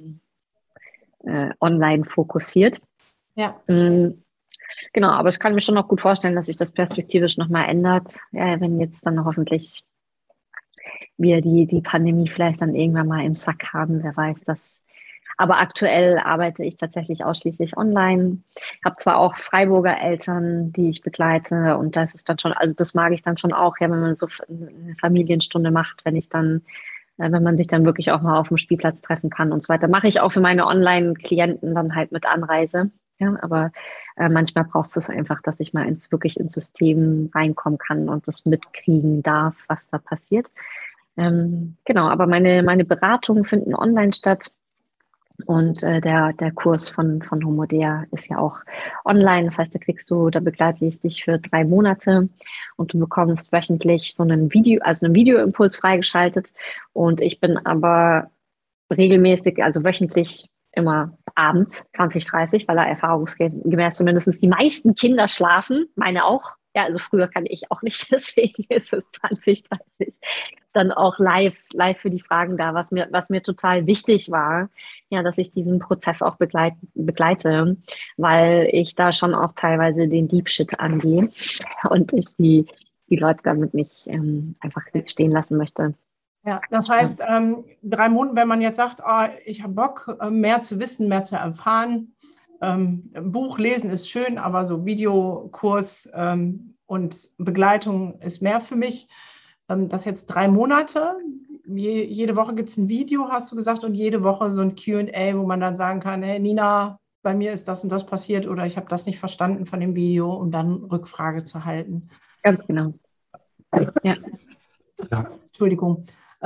online fokussiert. Ja. Genau, aber ich kann mir schon noch gut vorstellen, dass sich das perspektivisch nochmal ändert, wenn jetzt dann hoffentlich wir die Pandemie vielleicht dann irgendwann mal im Sack haben, wer weiß das. Aber aktuell arbeite ich tatsächlich ausschließlich online. Habe zwar auch Freiburger Eltern, die ich begleite, und das ist dann schon, also das mag ich dann schon auch, ja, wenn man so eine Familienstunde macht, wenn man sich dann wirklich auch mal auf dem Spielplatz treffen kann und so weiter. Mache ich auch für meine Online-Klienten dann halt mit Anreise. Ja, aber manchmal braucht es einfach, dass ich mal wirklich ins System reinkommen kann und das mitkriegen darf, was da passiert. Genau, aber meine Beratungen finden online statt. Und der Kurs von Homodea ist ja auch online. Das heißt, da begleite ich dich für 3 Monate und du bekommst wöchentlich so einen einen Videoimpuls freigeschaltet. Und ich bin aber regelmäßig, also wöchentlich immer abends 20:30, weil da erfahrungsgemäß zumindest die meisten Kinder schlafen, meine auch. Ja, also früher kann ich auch nicht, deswegen ist es 20:30 dann auch live für die Fragen da, was mir total wichtig war, ja, dass ich diesen Prozess auch begleite, weil ich da schon auch teilweise den Deep Shit angehe und ich die Leute damit nicht einfach stehen lassen möchte. Ja, das heißt, 3 Monate, wenn man jetzt sagt, ich habe Bock, mehr zu wissen, mehr zu erfahren. Buch lesen ist schön, aber so Videokurs und Begleitung ist mehr für mich. Das jetzt 3 Monate. Jede Woche gibt es ein Video, hast du gesagt, und jede Woche so ein Q&A, wo man dann sagen kann, hey Nina, bei mir ist das und das passiert oder ich habe das nicht verstanden von dem Video, um dann Rückfrage zu halten. Ganz genau. Ja. Entschuldigung.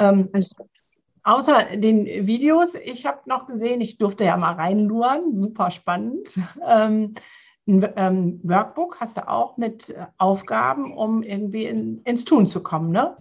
Außer den Videos, ich habe noch gesehen, ich durfte ja mal reinluren, super spannend. Ein Workbook hast du auch mit Aufgaben, um irgendwie ins Tun zu kommen, ne?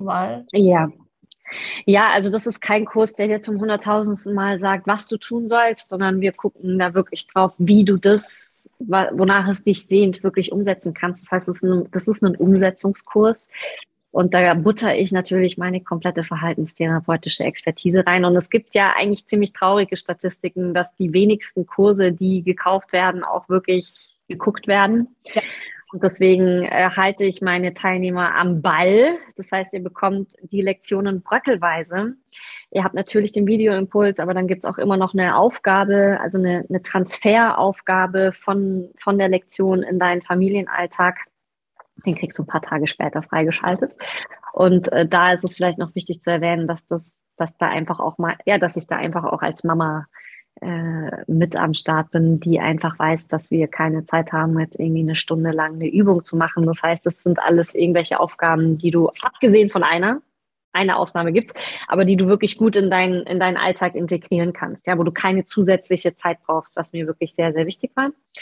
Ja, also das ist kein Kurs, der dir zum 100.000. Mal sagt, was du tun sollst, sondern wir gucken da wirklich drauf, wie du das, wonach es dich sehnt, wirklich umsetzen kannst. Das heißt, das ist ein Umsetzungskurs. Und da butter ich natürlich meine komplette verhaltenstherapeutische Expertise rein. Und es gibt ja eigentlich ziemlich traurige Statistiken, dass die wenigsten Kurse, die gekauft werden, auch wirklich geguckt werden. Ja. Und deswegen halte ich meine Teilnehmer am Ball. Das heißt, ihr bekommt die Lektionen bröckelweise. Ihr habt natürlich den Videoimpuls, aber dann gibt es auch immer noch eine Aufgabe, also eine Transferaufgabe von der Lektion in deinen Familienalltag. Den kriegst du ein paar Tage später freigeschaltet. Und da ist es vielleicht noch wichtig zu erwähnen, dass da einfach auch mal, ja, dass ich da einfach auch als Mama mit am Start bin, die einfach weiß, dass wir keine Zeit haben, jetzt irgendwie 1 Stunde lang eine Übung zu machen. Das heißt, das sind alles irgendwelche Aufgaben, die du, abgesehen von eine Ausnahme gibt's, aber die du wirklich gut in deinen Alltag integrieren kannst, ja, wo du keine zusätzliche Zeit brauchst, was mir wirklich sehr, sehr wichtig war.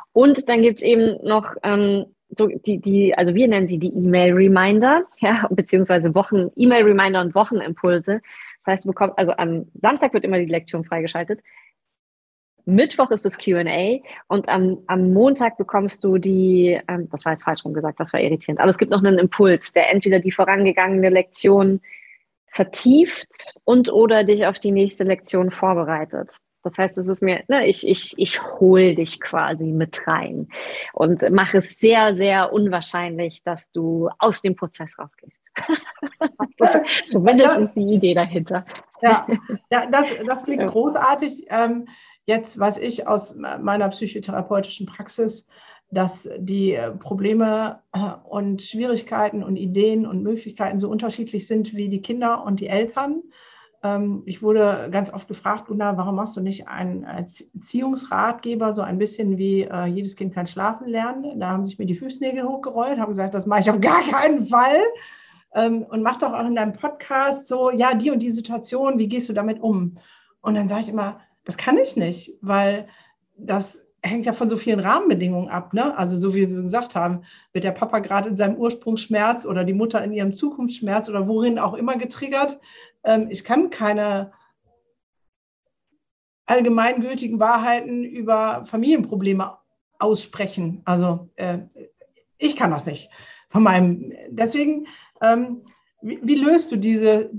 Und dann gibt es eben noch so also wir nennen sie die E-Mail-Reminder, ja, beziehungsweise E-Mail-Reminder und Wochenimpulse. Das heißt, du bekommst, also am Samstag wird immer die Lektion freigeschaltet. Mittwoch ist das Q&A und am Montag bekommst du das war jetzt falsch rum gesagt, das war irritierend, aber es gibt noch einen Impuls, der entweder die vorangegangene Lektion vertieft und oder dich auf die nächste Lektion vorbereitet. Das heißt, es ist mir, ich hole dich quasi mit rein und mache es sehr, sehr unwahrscheinlich, dass du aus dem Prozess rausgehst. Zumindest ist die Idee dahinter. Ja, das klingt großartig. Jetzt weiß ich aus meiner psychotherapeutischen Praxis, dass die Probleme und Schwierigkeiten und Ideen und Möglichkeiten so unterschiedlich sind wie die Kinder und die Eltern. Ich wurde ganz oft gefragt, Una, warum machst du nicht einen Erziehungsratgeber, so ein bisschen wie jedes Kind kann schlafen lernen? Da haben sich mir die Fußnägel hochgerollt, haben gesagt, das mache ich auf gar keinen Fall. Und mach doch auch in deinem Podcast so, ja, die und die Situation, wie gehst du damit um? Und dann sage ich immer, das kann ich nicht, weil das hängt ja von so vielen Rahmenbedingungen ab, ne? Also so wie Sie gesagt haben, wird der Papa gerade in seinem Ursprungsschmerz oder die Mutter in ihrem Zukunftsschmerz oder worin auch immer getriggert. Ich kann keine allgemeingültigen Wahrheiten über Familienprobleme aussprechen. Also ich kann das nicht. Deswegen, wie löst du diese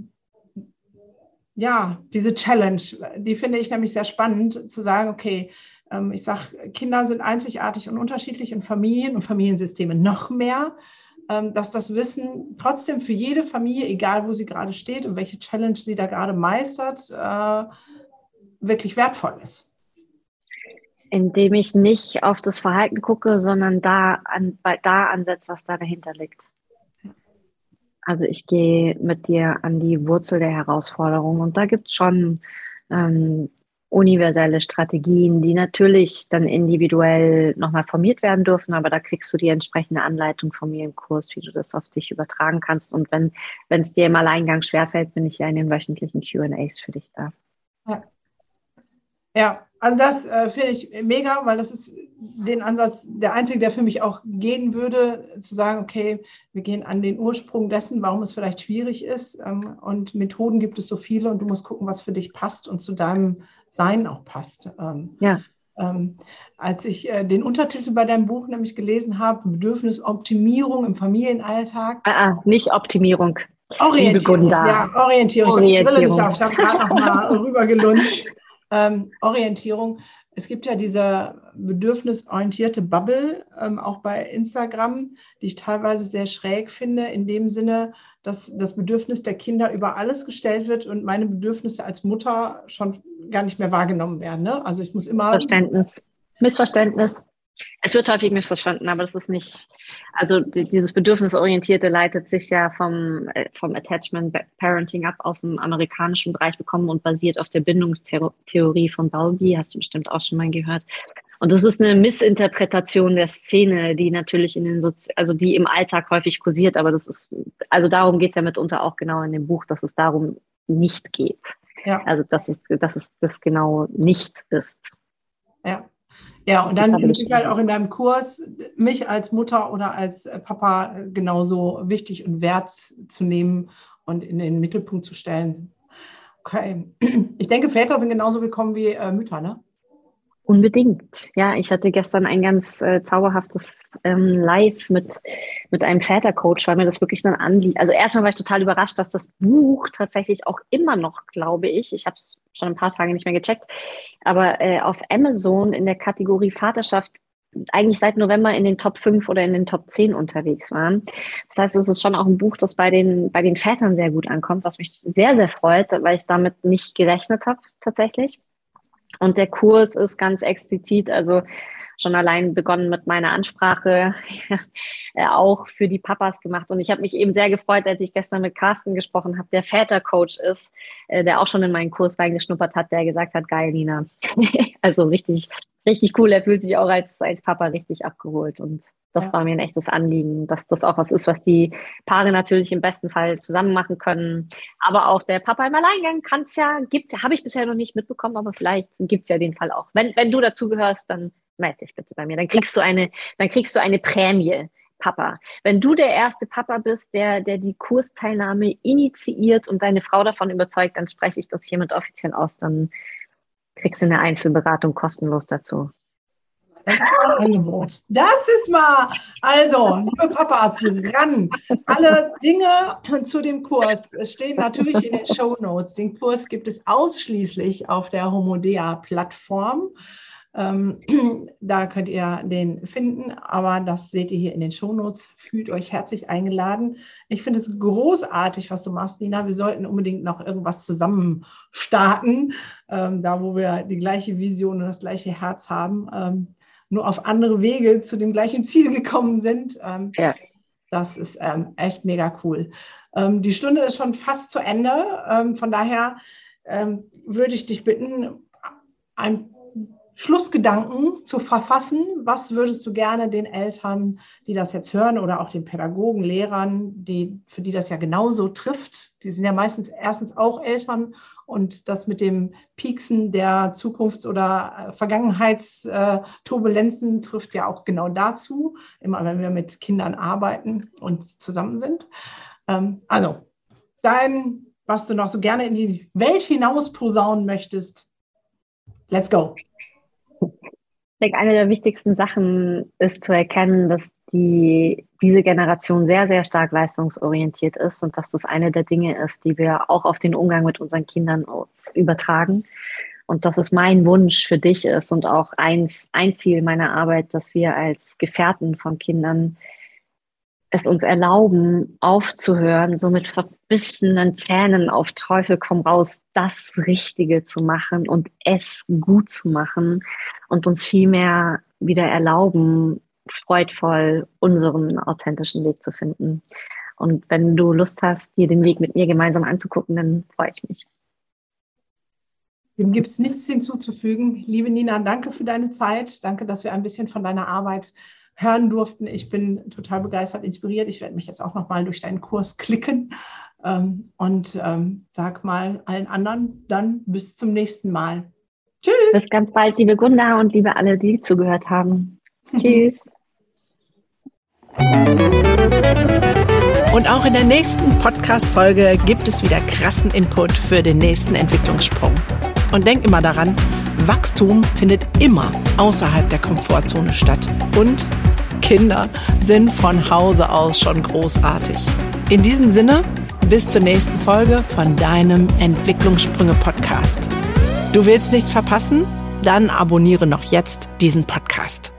Challenge? Die finde ich nämlich sehr spannend, zu sagen, okay, ich sage, Kinder sind einzigartig und unterschiedlich und Familien und Familiensysteme noch mehr, dass das Wissen trotzdem für jede Familie, egal wo sie gerade steht und welche Challenge sie da gerade meistert, wirklich wertvoll ist. Indem ich nicht auf das Verhalten gucke, sondern da ansetze, was da dahinter liegt. Also ich gehe mit dir an die Wurzel der Herausforderung und da gibt es schon universelle Strategien, die natürlich dann individuell nochmal formiert werden dürfen, aber da kriegst du die entsprechende Anleitung von mir im Kurs, wie du das auf dich übertragen kannst. Und wenn es dir im Alleingang schwerfällt, bin ich ja in den wöchentlichen Q&As für dich da. Ja, also das finde ich mega, weil das ist den Ansatz, der einzige, der für mich auch gehen würde, zu sagen, okay, wir gehen an den Ursprung dessen, warum es vielleicht schwierig ist. Und Methoden gibt es so viele und du musst gucken, was für dich passt und zu deinem Sein auch passt. Als ich den Untertitel bei deinem Buch nämlich gelesen habe, Bedürfnisoptimierung im Familienalltag. Nicht Optimierung. Orientierung, ja, Orientierung. Ich habe die Brille nicht auf, ich habe gerade noch mal rübergelunzt. Orientierung. Es gibt ja diese bedürfnisorientierte Bubble, auch bei Instagram, die ich teilweise sehr schräg finde, in dem Sinne, dass das Bedürfnis der Kinder über alles gestellt wird und meine Bedürfnisse als Mutter schon gar nicht mehr wahrgenommen werden. Ne? Also ich muss immer... Missverständnis. Es wird häufig missverstanden, aber das ist nicht, also dieses Bedürfnisorientierte leitet sich ja vom Attachment Parenting ab aus dem amerikanischen Bereich bekommen und basiert auf der Bindungstheorie von Bowlby, hast du bestimmt auch schon mal gehört. Und das ist eine Missinterpretation der Szene, die natürlich die im Alltag häufig kursiert, aber also darum geht es ja mitunter auch genau in dem Buch, dass es darum nicht geht. Ja. Also dass es das genau nicht ist. Ja, und dann ist halt auch in deinem Kurs, mich als Mutter oder als Papa genauso wichtig und wert zu nehmen und in den Mittelpunkt zu stellen. Okay. Ich denke, Väter sind genauso willkommen wie Mütter, ne? Unbedingt. Ja, ich hatte gestern ein ganz zauberhaftes Live mit einem Vätercoach, weil mir das wirklich dann anliegt. Also erstmal war ich total überrascht, dass das Buch tatsächlich auch immer noch, glaube ich habe es schon ein paar Tage nicht mehr gecheckt, aber auf Amazon in der Kategorie Vaterschaft eigentlich seit November in den Top 5 oder in den Top 10 unterwegs waren. Das heißt, es ist schon auch ein Buch, das bei den Vätern sehr gut ankommt, was mich sehr, sehr freut, weil ich damit nicht gerechnet habe tatsächlich. Und der Kurs ist ganz explizit, also schon allein begonnen mit meiner Ansprache, auch für die Papas gemacht. Und ich habe mich eben sehr gefreut, als ich gestern mit Carsten gesprochen habe, der Vätercoach ist, der auch schon in meinen Kurs reingeschnuppert hat, der gesagt hat, geil, Nina. Also richtig, richtig cool. Er fühlt sich auch als Papa richtig abgeholt. Und das war mir ein echtes Anliegen, dass das auch was ist, was die Paare natürlich im besten Fall zusammen machen können. Aber auch der Papa im Alleingang habe ich bisher noch nicht mitbekommen, aber vielleicht gibt es ja den Fall auch. Wenn du dazugehörst, dann melde dich bitte bei mir. Dann kriegst du eine Prämie, Papa. Wenn du der erste Papa bist, der die Kursteilnahme initiiert und deine Frau davon überzeugt, dann spreche ich das hiermit offiziell aus. Dann kriegst du eine Einzelberatung kostenlos dazu. Das ist mal ein Angebot. Das ist mal, also, liebe Papas, ran. Alle Dinge zu dem Kurs stehen natürlich in den Shownotes. Den Kurs gibt es ausschließlich auf der Homodea-Plattform. Da könnt ihr den finden, aber das seht ihr hier in den Shownotes. Fühlt euch herzlich eingeladen. Ich finde es großartig, was du machst, Nina. Wir sollten unbedingt noch irgendwas zusammen starten, da wo wir die gleiche Vision und das gleiche Herz haben, nur auf andere Wege zu dem gleichen Ziel gekommen sind. Ja. Das ist echt mega cool. Die Stunde ist schon fast zu Ende. Von daher würde ich dich bitten, ein Schlussgedanken zu verfassen. Was würdest du gerne den Eltern, die das jetzt hören, oder auch den Pädagogen, Lehrern, für die das ja genauso trifft? Die sind ja meistens erstens auch Eltern und das mit dem Pieksen der Zukunfts- oder Vergangenheitsturbulenzen trifft ja auch genau dazu, immer wenn wir mit Kindern arbeiten und zusammen sind. Also, was du noch so gerne in die Welt hinaus posaunen möchtest. Let's go. Ich denke, eine der wichtigsten Sachen ist zu erkennen, dass diese Generation sehr, sehr stark leistungsorientiert ist und dass das eine der Dinge ist, die wir auch auf den Umgang mit unseren Kindern übertragen. Und dass es mein Wunsch für dich ist und auch ein Ziel meiner Arbeit, dass wir als Gefährten von Kindern es uns erlauben, aufzuhören, so mit verbissenen Zähnen auf Teufel komm raus, das Richtige zu machen und es gut zu machen und uns vielmehr wieder erlauben, freudvoll unseren authentischen Weg zu finden. Und wenn du Lust hast, dir den Weg mit mir gemeinsam anzugucken, dann freue ich mich. Dem gibt es nichts hinzuzufügen. Liebe Nina, danke für deine Zeit. Danke, dass wir ein bisschen von deiner Arbeit hören durften. Ich bin total begeistert, inspiriert. Ich werde mich jetzt auch nochmal durch deinen Kurs klicken und sag mal allen anderen dann bis zum nächsten Mal. Tschüss. Bis ganz bald, liebe Gunda und liebe alle, die zugehört haben. Tschüss. Und auch in der nächsten Podcast-Folge gibt es wieder krassen Input für den nächsten Entwicklungssprung. Und denk immer daran, Wachstum findet immer außerhalb der Komfortzone statt. Und Kinder sind von Hause aus schon großartig. In diesem Sinne, bis zur nächsten Folge von deinem Entwicklungssprünge-Podcast. Du willst nichts verpassen? Dann abonniere noch jetzt diesen Podcast.